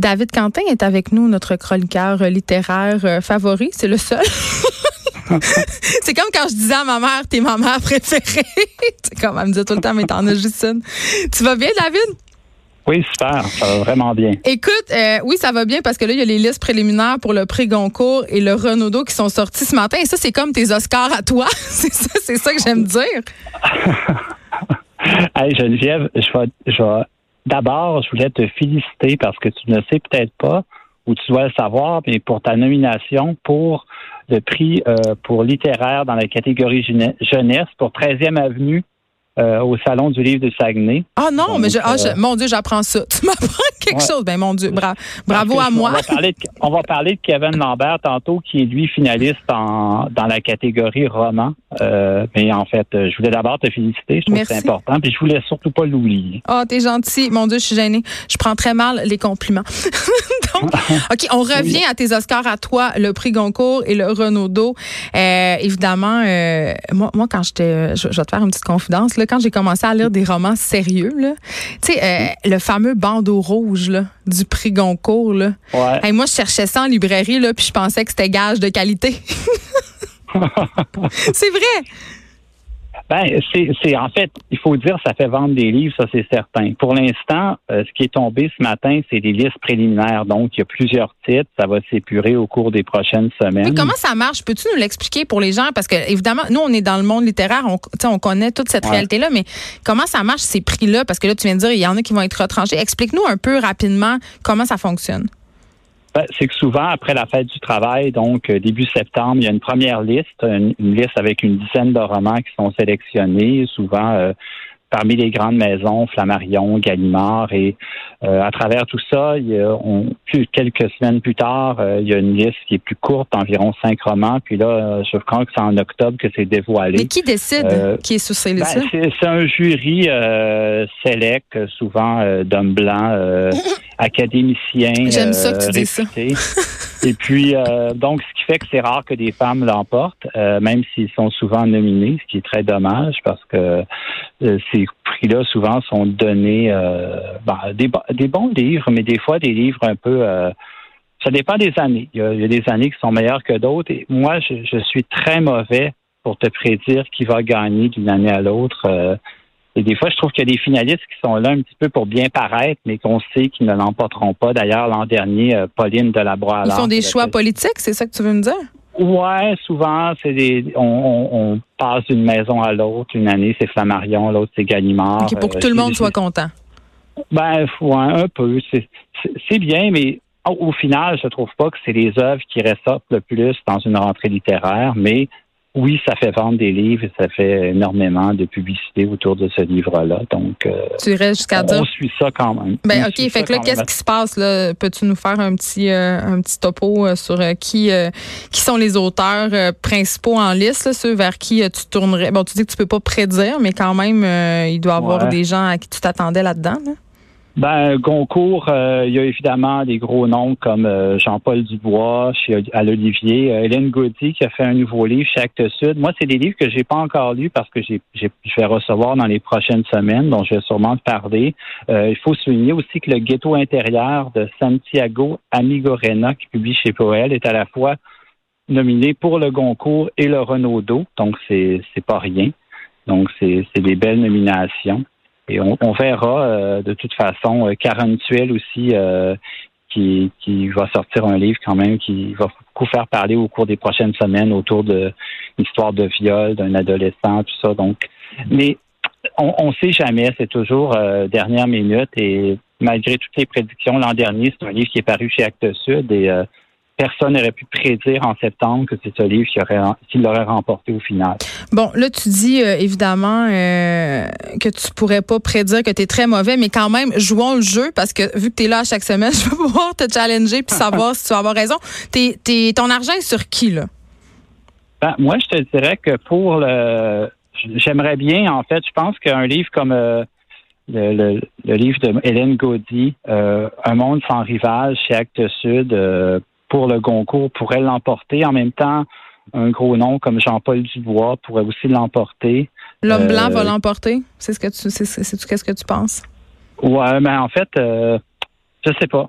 David Quentin est avec nous, notre chroniqueur littéraire favori. C'est le seul. C'est comme quand je disais à ma mère, t'es ma mère préférée. C'est comme elle me dit tout le temps, mais t'en as juste une. Tu vas bien, David? Oui, super. Ça va vraiment bien. Écoute, oui, ça va bien parce que là, il y a les listes préliminaires pour le prix Goncourt et le Renaudot qui sont sortis ce matin. Et ça, c'est comme tes Oscars à toi. C'est ça que j'aime dire. Hey, Geneviève, d'abord, je voulais te féliciter parce que tu ne sais peut-être pas, ou tu dois le savoir, mais pour ta nomination pour le prix pour littéraire dans la catégorie jeunesse pour 13e Avenue au Salon du livre de Saguenay. Ah non, donc, mais mon Dieu, j'apprends ça. Tu m'apprends quelque chose. Ben mon Dieu, bravo à moi. On va parler de Kevin Lambert tantôt, qui est lui finaliste dans la catégorie roman. Mais en fait, je voulais d'abord te féliciter. Je trouve que c'est important. Puis je voulais surtout pas l'oublier. Oh, t'es gentil. Mon Dieu, je suis gênée. Je prends très mal les compliments. Donc, OK, on revient à tes Oscars à toi, le prix Goncourt et le Renaudot. Évidemment, moi quand je vais te faire une petite confidence, là, quand j'ai commencé à lire des romans sérieux, tu sais, le fameux bandeau rouge là, du prix Goncourt, là. Ouais. Moi, je cherchais ça en librairie, là, puis je pensais que c'était gage de qualité. C'est vrai. Ben, c'est en fait, il faut dire, ça fait vendre des livres, ça c'est certain. Pour l'instant, ce qui est tombé ce matin, c'est des listes préliminaires. Donc, il y a plusieurs titres. Ça va s'épurer au cours des prochaines semaines. Mais comment ça marche? Peux-tu nous l'expliquer pour les gens? Parce que, évidemment, nous, on est dans le monde littéraire, on connaît toute cette réalité-là, mais comment ça marche, ces prix-là? Parce que là, tu viens de dire, il y en a qui vont être retranchés. Explique-nous un peu rapidement comment ça fonctionne. C'est que souvent, après la fête du travail, donc début septembre, il y a une première liste, une liste avec une dizaine de romans qui sont sélectionnés, souvent parmi les grandes maisons, Flammarion, Gallimard, et à travers tout ça, quelques semaines plus tard, il y a une liste qui est plus courte, environ 5 romans, puis là, je crois que c'est en octobre que c'est dévoilé. Mais qui décide qui est sur ces listes-là? C'est un jury select, souvent d'hommes blancs, académiciens. J'aime ça que tu dis ça. Et puis, donc, ce qui fait que c'est rare que des femmes l'emportent, même s'ils sont souvent nominés, ce qui est très dommage parce que ces prix-là, souvent, sont donnés des bons livres, mais des fois, des livres un peu... ça dépend des années. Il y a des années qui sont meilleures que d'autres. Et moi, je suis très mauvais pour te prédire qui va gagner d'une année à l'autre. Et des fois, je trouve qu'il y a des finalistes qui sont là un petit peu pour bien paraître, mais qu'on sait qu'ils ne l'emporteront pas. D'ailleurs, l'an dernier, Pauline Delabroix-Allard... Ils font des choix politiques, c'est ça que tu veux me dire? Ouais, souvent, on passe d'une maison à l'autre. Une année, c'est Flammarion, l'autre, c'est Gallimard. Okay, pour que tout le monde soit content. Ben, ouais, un peu. C'est bien, mais au final, je trouve pas que c'est les œuvres qui ressortent le plus dans une rentrée littéraire, mais oui, ça fait vendre des livres et ça fait énormément de publicité autour de ce livre-là. Donc, tu irais jusqu'à dire... on suit ça quand même. Ben, OK. Fait que là, qu'est-ce qui se passe, là? Peux-tu nous faire un petit topo sur qui sont les auteurs principaux en liste, là, ceux vers qui tu tournerais? Bon, tu dis que tu peux pas prédire, mais quand même, il doit y avoir des gens à qui tu t'attendais là-dedans, là. Ben, Goncourt, il y a évidemment des gros noms comme Jean-Paul Dubois à l'Olivier, Hélène Gaudy qui a fait un nouveau livre chez Actes Sud. Moi, c'est des livres que j'ai pas encore lus parce que je vais recevoir dans les prochaines semaines, dont je vais sûrement te parler. Il faut souligner aussi que le Ghetto intérieur de Santiago Amigorena, qui publie chez Poel, est à la fois nominé pour le Goncourt et le Renaudot, donc c'est pas rien. Donc c'est des belles nominations. Et on verra de toute façon. Karen Tuel aussi qui va sortir un livre quand même qui va beaucoup faire parler au cours des prochaines semaines autour de l'histoire de viol d'un adolescent, tout ça. Donc, mais on sait jamais, c'est toujours dernière minute et malgré toutes les prédictions l'an dernier, c'est un livre qui est paru chez Actes Sud et personne n'aurait pu prédire en septembre que c'est ce livre qui l'aurait remporté au final. Bon, là, tu dis évidemment que tu pourrais pas prédire que tu es très mauvais, mais quand même, jouons le jeu parce que vu que tu es là à chaque semaine, je vais pouvoir te challenger puis savoir si tu vas avoir raison. Ton argent est sur qui, là? Ben, moi, je te dirais que j'aimerais bien, en fait, je pense qu'un livre comme le livre de Hélène Gaudy, Un monde sans rival chez Actes Sud, pour le Goncourt pourrait l'emporter. En même temps, un gros nom comme Jean-Paul Dubois pourrait aussi l'emporter. L'homme blanc va l'emporter? C'est qu'est-ce que tu penses? Ouais, mais en fait, Je sais pas.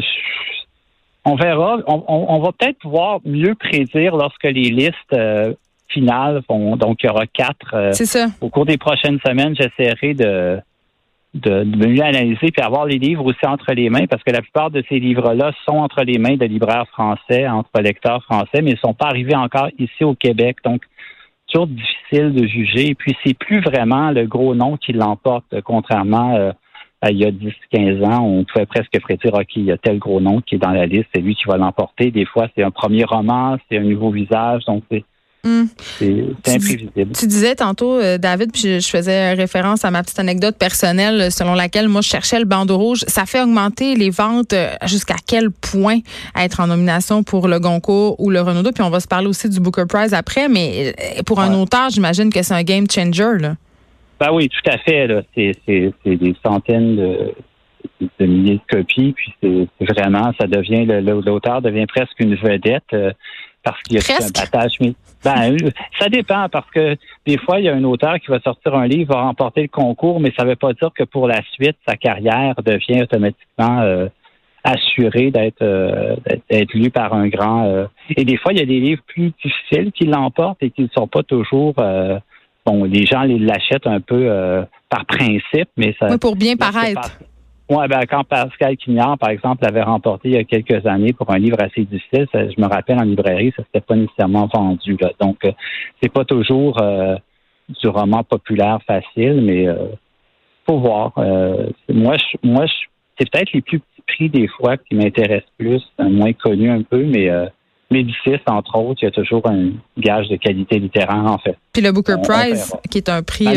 On verra. On va peut-être pouvoir mieux prédire lorsque les listes finales vont. Donc, il y aura 4. C'est ça. Au cours des prochaines semaines, j'essaierai de mieux analyser puis avoir les livres aussi entre les mains, parce que la plupart de ces livres-là sont entre les mains de libraires français, entre lecteurs français, mais ils ne sont pas arrivés encore ici au Québec. Donc, toujours difficile de juger. Et puis, c'est plus vraiment le gros nom qui l'emporte, contrairement à il y a 10-15 ans, on pouvait presque prédire, OK, il y a tel gros nom qui est dans la liste, c'est lui qui va l'emporter. Des fois, c'est un premier roman, c'est un nouveau visage, donc c'est imprévisible. Tu disais tantôt, David, puis je faisais référence à ma petite anecdote personnelle selon laquelle moi je cherchais le bandeau rouge. Ça fait augmenter les ventes jusqu'à quel point être en nomination pour le Goncourt ou le Renaudot? Puis on va se parler aussi du Booker Prize après, mais pour un auteur, j'imagine que c'est un game changer, là. Ben oui, tout à fait. Là. C'est des centaines de milliers de copies, puis c'est vraiment, ça devient, l'auteur devient presque une vedette. Parce qu'il y a un battage. Ça dépend, parce que des fois, il y a un auteur qui va sortir un livre, va remporter le concours, mais ça ne veut pas dire que pour la suite, sa carrière devient automatiquement assurée d'être lu par un grand. Et des fois, il y a des livres plus difficiles qui l'emportent et qui ne sont pas toujours. Les gens l'achètent un peu par principe, mais ça. Oui, pour bien paraître. Oui, quand Pascal Quignard, par exemple, l'avait remporté il y a quelques années pour un livre assez difficile, je me rappelle en librairie, ça s'était pas nécessairement vendu. Là. Donc, c'est pas toujours du roman populaire facile, mais faut voir. Moi, c'est peut-être les plus petits prix des fois qui m'intéressent plus, moins connus un peu, mais Médicis, entre autres, il y a toujours un gage de qualité littéraire, en fait. Puis le Booker Prize, qui est un prix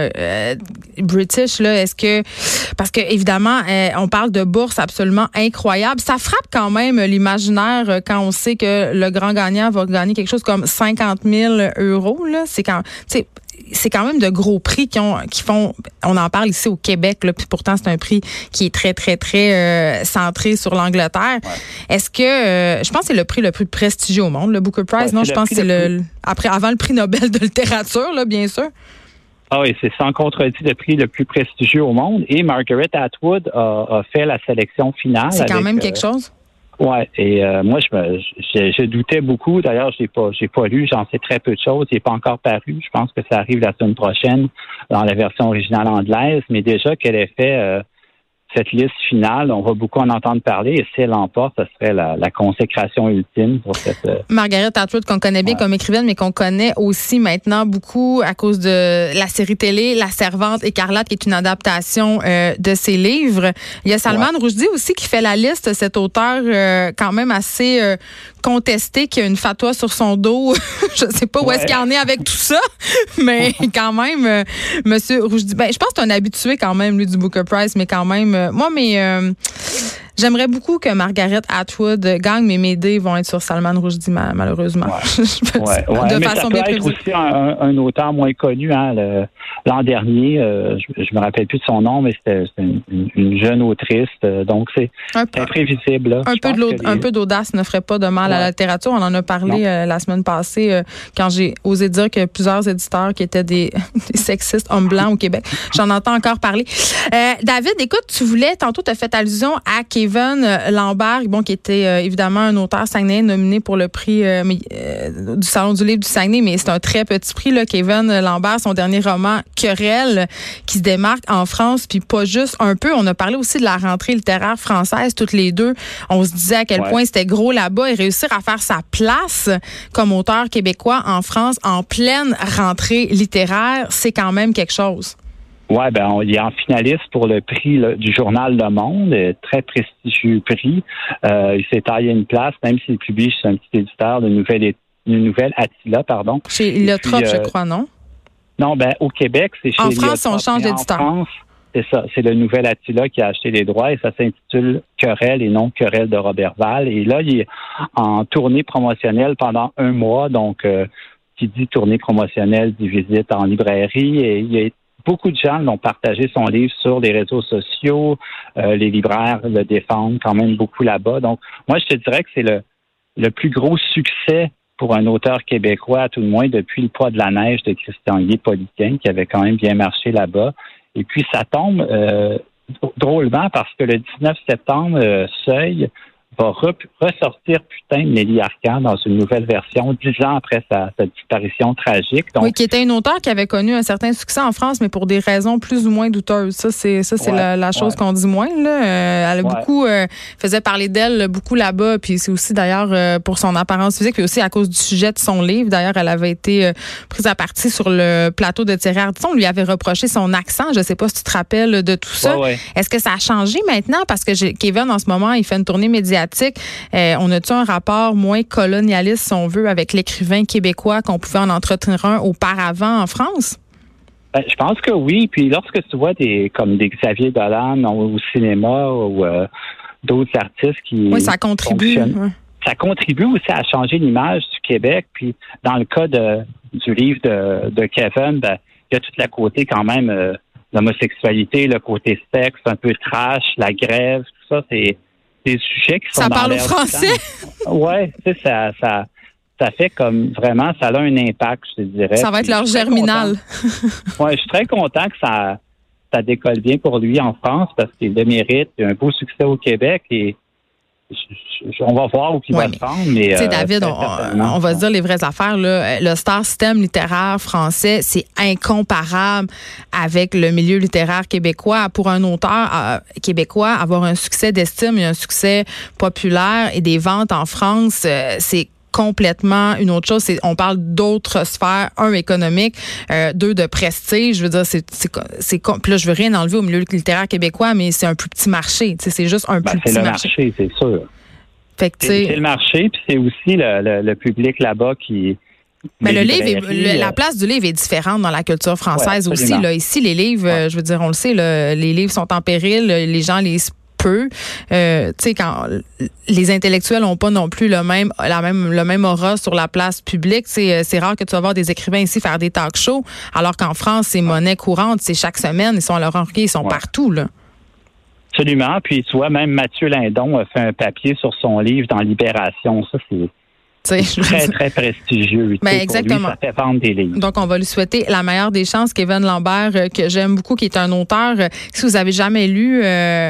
british, là, est-ce que... Parce que évidemment, on parle de bourses absolument incroyables. Ça frappe quand même l'imaginaire quand on sait que le grand gagnant va gagner quelque chose comme 50 000 €. Là. C'est quand même de gros prix qui font, on en parle ici au Québec, là, puis pourtant c'est un prix qui est très, très, très centré sur l'Angleterre. Ouais. Est-ce que, je pense que c'est le prix le plus prestigieux au monde, le Booker Prize, non? Je pense que c'est avant le prix Nobel de littérature, là, bien sûr. Ah oui, c'est sans contredit le prix le plus prestigieux au monde. Et Margaret Atwood a fait la sélection finale. C'est quand même quelque chose. Ouais, et moi je doutais beaucoup. D'ailleurs, j'ai pas lu, j'en sais très peu de choses. Il n'est pas encore paru. Je pense que ça arrive la semaine prochaine dans la version originale anglaise. Mais déjà qu'elle ait fait cette liste finale, on va beaucoup en entendre parler. Et si elle l'emporte, ce serait la consécration ultime pour cette. Margaret Atwood, qu'on connaît bien comme écrivaine, mais qu'on connaît aussi maintenant beaucoup à cause de la série télé La Servante écarlate, qui est une adaptation de ses livres. Il y a Salman Rushdie aussi qui fait la liste, cet auteur quand même assez contesté, qui a une fatwa sur son dos. Je sais pas où est-ce qu'il en est avec tout ça, mais quand même, Monsieur Rushdie, je pense que c'est un habitué quand même, lui, du Booker Prize, mais quand même, j'aimerais beaucoup que Margaret Atwood gagne, mais mes dés vont être sur Salman Rushdie, malheureusement. De mais façon ça peut bien être aussi un auteur moins connu. L'an dernier, je me rappelle plus de son nom, mais c'était une jeune autrice. Donc, c'est imprévisible. Là. Un peu d'audace ne ferait pas de mal à la littérature. On en a parlé la semaine passée quand j'ai osé dire que plusieurs éditeurs qui étaient des sexistes hommes blancs au Québec. J'en entends encore parler. David, écoute, tantôt tu as fait allusion à Kevin Lambert, qui était évidemment un auteur saguenayen nominé pour le prix du Salon du livre du Saguenay, mais c'est un très petit prix, là. Kevin Lambert, son dernier roman, Querelle, qui se démarque en France, puis pas juste un peu. On a parlé aussi de la rentrée littéraire française, toutes les deux. On se disait à quel point c'était gros là-bas, et réussir à faire sa place comme auteur québécois en France en pleine rentrée littéraire, c'est quand même quelque chose. Oui, il est en finaliste pour le prix du journal Le Monde, très prestigieux prix. Il s'est taillé une place, même s'il publie chez un petit éditeur de nouvelle Attila, pardon. Chez Illotrop, je crois, non? Non, au Québec, c'est chez Illotrop. En France, on change d'éditeur. En France, c'est ça, c'est le nouvel Attila qui a acheté les droits et ça s'intitule Querelle et non Querelle de Roberval. Et là, il est en tournée promotionnelle pendant 1 mois, donc qui dit tournée promotionnelle dit visite en librairie, et il y a beaucoup de gens l'ont partagé son livre sur les réseaux sociaux. Les libraires le défendent quand même beaucoup là-bas. Donc, moi, je te dirais que c'est le plus gros succès pour un auteur québécois, à tout le moins depuis Le poids de la neige de Christian Guy-Poliquin, qui avait quand même bien marché là-bas. Et puis, ça tombe drôlement parce que le 19 septembre, Seuil va ressortir Putain de Nelly Arcan dans une nouvelle version, 10 ans après sa disparition tragique. Donc, oui, qui était une auteure qui avait connu un certain succès en France, mais pour des raisons plus ou moins douteuses. Ça, c'est la chose qu'on dit moins. Là. Elle a beaucoup faisait parler d'elle beaucoup là-bas, puis c'est aussi d'ailleurs pour son apparence physique, puis aussi à cause du sujet de son livre. D'ailleurs, elle avait été prise à partie sur le plateau de Thierry Ardisson. On lui avait reproché son accent. Je ne sais pas si tu te rappelles de tout ça. Est-ce que ça a changé maintenant? Parce que Kevin, en ce moment, il fait une tournée médiatique. On a-tu un rapport moins colonialiste, si on veut, avec l'écrivain québécois qu'on pouvait en entretenir un auparavant en France? Je pense que oui. Puis lorsque tu vois comme des Xavier Dolan au cinéma ou d'autres artistes qui... Oui, ça contribue. Ça contribue aussi à changer l'image du Québec. Puis dans le cas du livre de Kevin, il y a tout le côté quand même l'homosexualité, le côté sexe, un peu trash, la grève, tout ça, c'est des sujets qui sont... Ça parle au français? Oui, tu sais, ça fait comme vraiment, ça a un impact, je te dirais. Ça va être leur germinal. Oui, je suis très content que ça décolle bien pour lui en France parce qu'il le mérite. Il a un beau succès au Québec et on va voir où il va se rendre. Tu sais, David, on va se dire les vraies affaires. Là. Le star système littéraire français, c'est incomparable avec le milieu littéraire québécois. Pour un auteur québécois, avoir un succès d'estime et un succès populaire et des ventes en France, c'est complètement une autre chose. On parle d'autres sphères, un, économique, deux, de prestige. Je veux dire, puis là, je veux rien enlever au milieu littéraire québécois, mais c'est un plus petit marché. C'est juste un plus petit marché. C'est le marché, c'est sûr. C'est le marché, puis c'est aussi le public là-bas qui... Mais le livre, la place du livre est différente dans la culture française aussi. Là. Ici, les livres, je veux dire, on le sait, là, les livres sont en péril, les gens lisent peu. Tu sais, quand les intellectuels n'ont pas non plus le même aura sur la place publique, c'est rare que tu vas voir des écrivains ici faire des talk shows, alors qu'en France, c'est monnaie courante, c'est chaque semaine, ils sont à leur enquête, ils sont partout, là. Absolument. Puis, tu vois, même Mathieu Lindon a fait un papier sur son livre dans Libération. Ça, c'est très, très prestigieux. Exactement. Pour lui, ça fait vendre des livres. Donc, on va lui souhaiter la meilleure des chances. Kevin Lambert, que j'aime beaucoup, qui est un auteur. Si vous avez jamais lu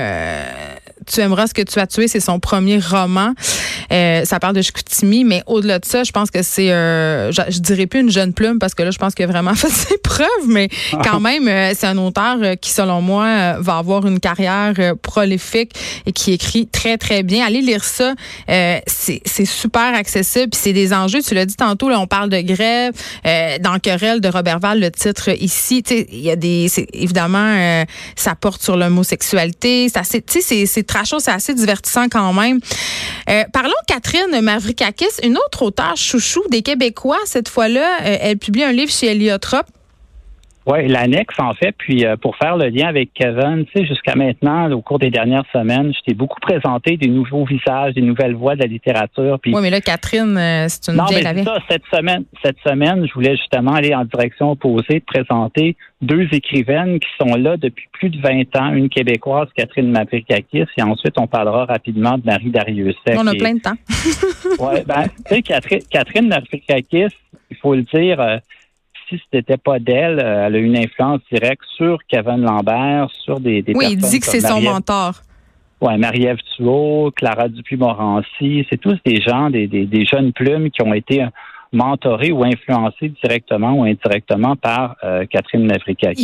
Tu aimeras ce que tu as tué, c'est son premier roman. Ça parle de Chicoutimi, mais au-delà de ça, je pense que c'est, je dirais plus une jeune plume parce que là, je pense qu'il a vraiment fait ses preuves, mais quand même, c'est un auteur qui, selon moi, va avoir une carrière prolifique et qui écrit très, très bien. Allez lire ça. C'est super accessible. Puis c'est des enjeux. Tu l'as dit tantôt, là, on parle de grève. Dans Querelle de Roberval, le titre ici, tu sais, il y a évidemment, ça porte sur l'homosexualité. C'est trashos, c'est assez divertissant quand même. Parlons de Catherine Mavroukakis, une autre auteure chouchou des Québécois. Cette fois-là, elle publie un livre chez Héliotrope. Oui, l'annexe, en fait. Puis, pour faire le lien avec Kevin, tu sais, jusqu'à maintenant, au cours des dernières semaines, je t'ai beaucoup présenté des nouveaux visages, des nouvelles voix de la littérature. Puis... Oui, mais là, Catherine, c'est une vieille c'est ça. Cette semaine, je voulais justement aller en direction opposée, présenter deux écrivaines qui sont là depuis plus de 20 ans. Une québécoise, Catherine Mavroukakis, et ensuite, on parlera rapidement de Marie Dariussec. On a plein de temps. Oui, tu sais, Catherine Mavroukakis, il faut le dire... si ce n'était pas d'elle, elle a une influence directe sur Kevin Lambert, sur des oui, personnes. Il dit que c'est son mentor. Oui, Marie-Ève Thuot, Clara Dupuis-Morancy, c'est tous des gens, des jeunes plumes qui ont été mentorés ou influencés directement ou indirectement par Catherine Mavroukakis.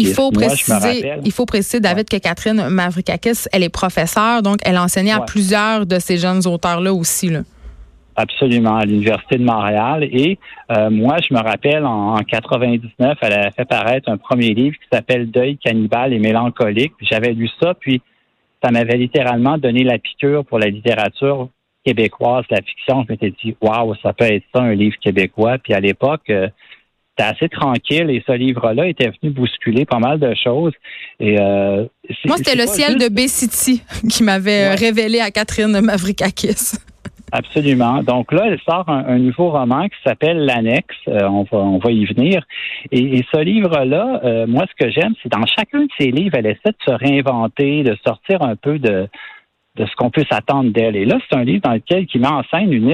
Il faut préciser, David, que Catherine Mavroukakis, elle est professeure, donc elle enseignait à plusieurs de ces jeunes auteurs-là aussi, là. Absolument, à l'Université de Montréal. Et moi, je me rappelle, en 99, elle a fait paraître un premier livre qui s'appelle Deuil, cannibale et mélancolique. J'avais lu ça, puis ça m'avait littéralement donné la piqûre pour la littérature québécoise, la fiction. Je m'étais dit, waouh, ça peut être ça, un livre québécois. Puis à l'époque, c'était assez tranquille et ce livre-là était venu bousculer pas mal de choses. Et moi, c'était Le ciel de Bay-City qui m'avait révélé à Catherine Mavroukakis. Absolument. Donc là, elle sort un nouveau roman qui s'appelle L'Annexe. On va y venir. Et ce livre-là, moi, ce que j'aime, c'est dans chacun de ses livres, elle essaie de se réinventer, de sortir un peu de ce qu'on peut s'attendre d'elle. Et là, c'est un livre dans lequel il met en scène une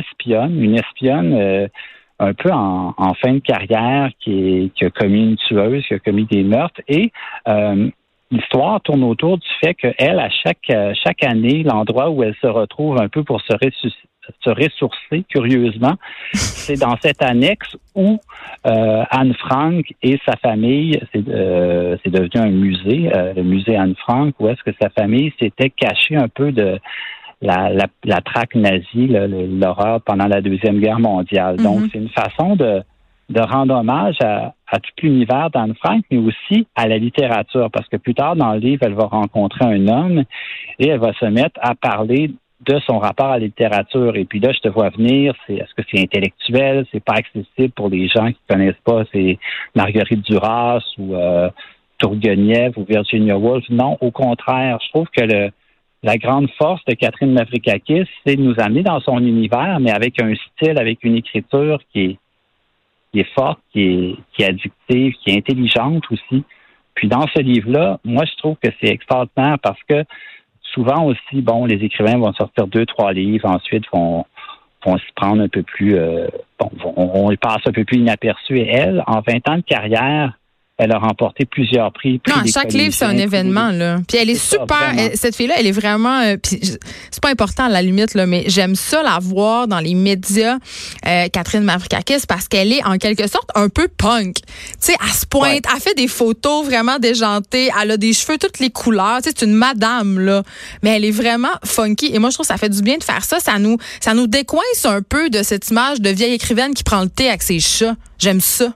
espionne un peu en fin de carrière qui a commis une tueuse, qui a commis des meurtres. Et l'histoire tourne autour du fait qu'elle, à chaque année, l'endroit où elle se retrouve un peu pour se ressourcer, curieusement, c'est dans cette annexe où Anne Frank et sa famille, c'est devenu un musée, le musée Anne Frank, où est-ce que sa famille s'était cachée un peu de la traque nazie, l'horreur pendant la Deuxième Guerre mondiale. Mm-hmm. Donc, c'est une façon de rendre hommage à tout l'univers d'Anne Frank, mais aussi à la littérature, parce que plus tard dans le livre, elle va rencontrer un homme et elle va se mettre à parler de son rapport à la littérature. Et puis là, je te vois venir, est-ce que c'est intellectuel, c'est pas accessible pour les gens qui connaissent pas, c'est Marguerite Duras ou Tourguenieff ou Virginia Woolf. Non, au contraire, je trouve que la grande force de Catherine Mavroukakis, c'est de nous amener dans son univers, mais avec un style, avec une écriture qui est forte, qui est addictive, qui est intelligente aussi. Puis dans ce livre-là, moi, je trouve que c'est extraordinaire parce que souvent aussi, les écrivains vont sortir 2-3 livres, ensuite vont s'y prendre un peu plus, on les passe un peu plus inaperçus. Et elle, en 20 ans de carrière, elle a remporté plusieurs prix. Non, chaque livre, c'est un événement, là. Puis elle est super. Cette fille-là, elle est vraiment. Puis c'est pas important à la limite, là, mais j'aime ça la voir dans les médias, Catherine Mavroukakis, parce qu'elle est en quelque sorte un peu punk. Tu sais, elle se pointe, elle fait des photos vraiment déjantées, elle a des cheveux toutes les couleurs. Tu sais, c'est une madame, là. Mais elle est vraiment funky. Et moi, je trouve que ça fait du bien de faire ça. Ça nous décoince un peu de cette image de vieille écrivaine qui prend le thé avec ses chats. J'aime ça.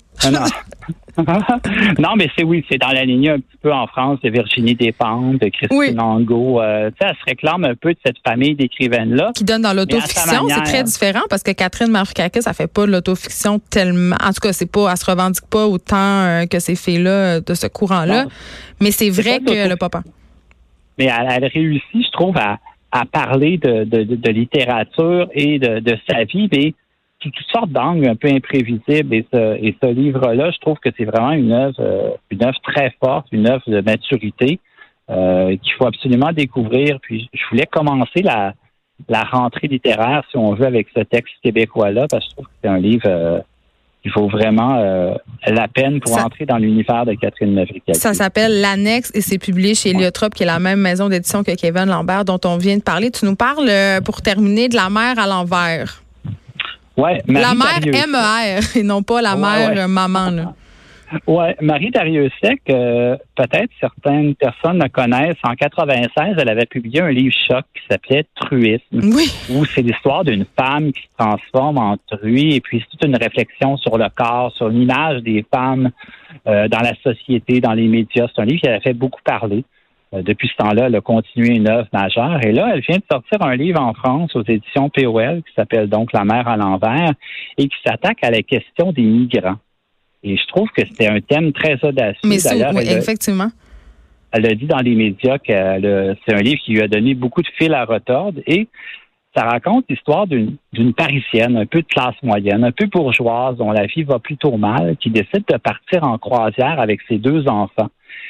Non, mais c'est dans la lignée un petit peu en France de Virginie Despentes, de Christine Angot. Elle se réclame un peu de cette famille d'écrivaines-là. Qui donne dans l'autofiction, c'est très différent parce que Catherine Mavroukakis, ça fait pas de l'autofiction tellement. En tout cas, elle se revendique pas autant que ces filles-là de ce courant-là. Non, mais c'est vrai que le papa. Mais elle réussit, je trouve, à parler de littérature et de sa vie, mais sous toutes sortes d'angles un peu imprévisibles. Et ce livre-là, je trouve que c'est vraiment une œuvre très forte, une œuvre de maturité qu'il faut absolument découvrir. Puis je voulais commencer la rentrée littéraire, si on veut, avec ce texte québécois-là, parce que je trouve que c'est un livre qui vaut vraiment la peine pour entrer dans l'univers de Catherine Mavroukakis. Ça s'appelle L'Annexe et c'est publié chez Héliotrope, qui est la même maison d'édition que Kevin Lambert, dont on vient de parler. Tu nous parles, pour terminer, de La mère à l'envers. Ouais, la mère MER et non pas la mère maman. Là. Ouais, Marie Dariussec, peut-être certaines personnes la connaissent. En 96, elle avait publié un livre choc qui s'appelait Truisme. Oui. Où c'est l'histoire d'une femme qui se transforme en truie et puis c'est toute une réflexion sur le corps, sur l'image des femmes dans la société, dans les médias. C'est un livre qui avait fait beaucoup parler. Depuis ce temps-là, elle a continué une œuvre majeure. Et là, elle vient de sortir un livre en France aux éditions POL qui s'appelle donc La mère à l'envers et qui s'attaque à la question des migrants. Et je trouve que c'était un thème très audacieux. Mais d'ailleurs, effectivement. Elle a dit dans les médias que c'est un livre qui lui a donné beaucoup de fil à retordre et ça raconte l'histoire d'une Parisienne, un peu de classe moyenne, un peu bourgeoise, dont la vie va plutôt mal, qui décide de partir en croisière avec ses 2 enfants.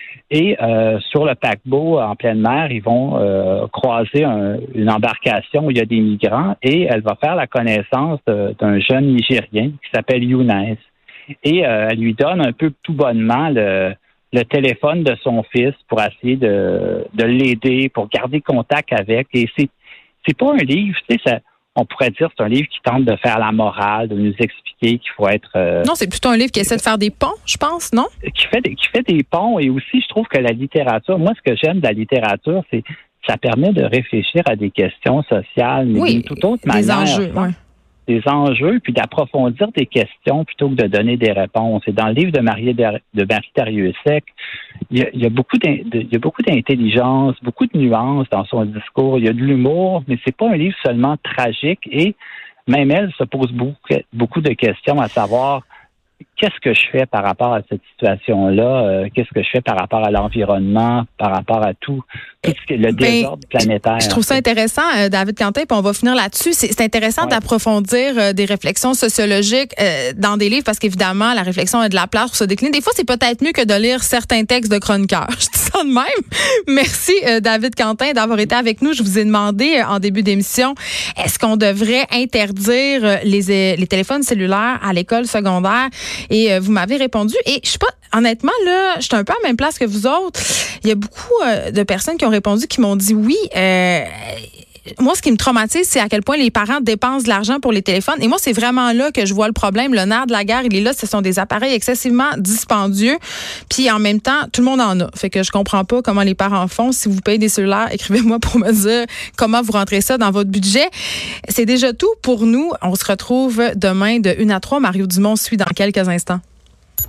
Et sur le paquebot en pleine mer, ils vont croiser une embarcation où il y a des migrants et elle va faire la connaissance d'un jeune Nigérien qui s'appelle Younes. Et elle lui donne un peu tout bonnement le téléphone de son fils pour essayer de l'aider, pour garder contact avec. Et c'est pas un livre, tu sais, ça. On pourrait dire que c'est un livre qui tente de faire la morale, de nous expliquer qu'il faut être... Non, c'est plutôt un livre qui essaie de faire des ponts, je pense, non? Qui fait des ponts et aussi, je trouve que la littérature, moi, ce que j'aime de la littérature, c'est que ça permet de réfléchir à des questions sociales, mais d'une toute autre manière. Des enjeux, oui. Des enjeux, puis d'approfondir des questions plutôt que de donner des réponses. Et dans le livre de Marie Dariussec, il y a beaucoup d'intelligence, beaucoup de nuances dans son discours. Il y a de l'humour, mais c'est pas un livre seulement tragique. Et même elle se pose beaucoup de questions, à savoir qu'est-ce que je fais par rapport à cette situation-là? Qu'est-ce que je fais par rapport à l'environnement, par rapport à tout le désordre planétaire? Je trouve ça intéressant, David Quentin, puis on va finir là-dessus. C'est intéressant d'approfondir des réflexions sociologiques dans des livres parce qu'évidemment, la réflexion a de la place pour se décliner. Des fois, c'est peut-être mieux que de lire certains textes de chroniqueurs. Je dis ça de même. Merci, David Quentin, d'avoir été avec nous. Je vous ai demandé en début d'émission, est-ce qu'on devrait interdire les téléphones cellulaires à l'école secondaire? Et vous m'avez répondu. Et je suis pas, honnêtement, là, je suis un peu à la même place que vous autres. Il y a beaucoup de personnes qui ont répondu, qui m'ont dit oui. Moi, ce qui me traumatise, c'est à quel point les parents dépensent de l'argent pour les téléphones. Et moi, c'est vraiment là que je vois le problème. Le nerf de la guerre, il est là. Ce sont des appareils excessivement dispendieux. Puis en même temps, tout le monde en a. Fait que je comprends pas comment les parents font. Si vous payez des cellulaires, écrivez-moi pour me dire comment vous rentrez ça dans votre budget. C'est déjà tout pour nous. On se retrouve demain de 1 à 3. Mario Dumont suit dans quelques instants.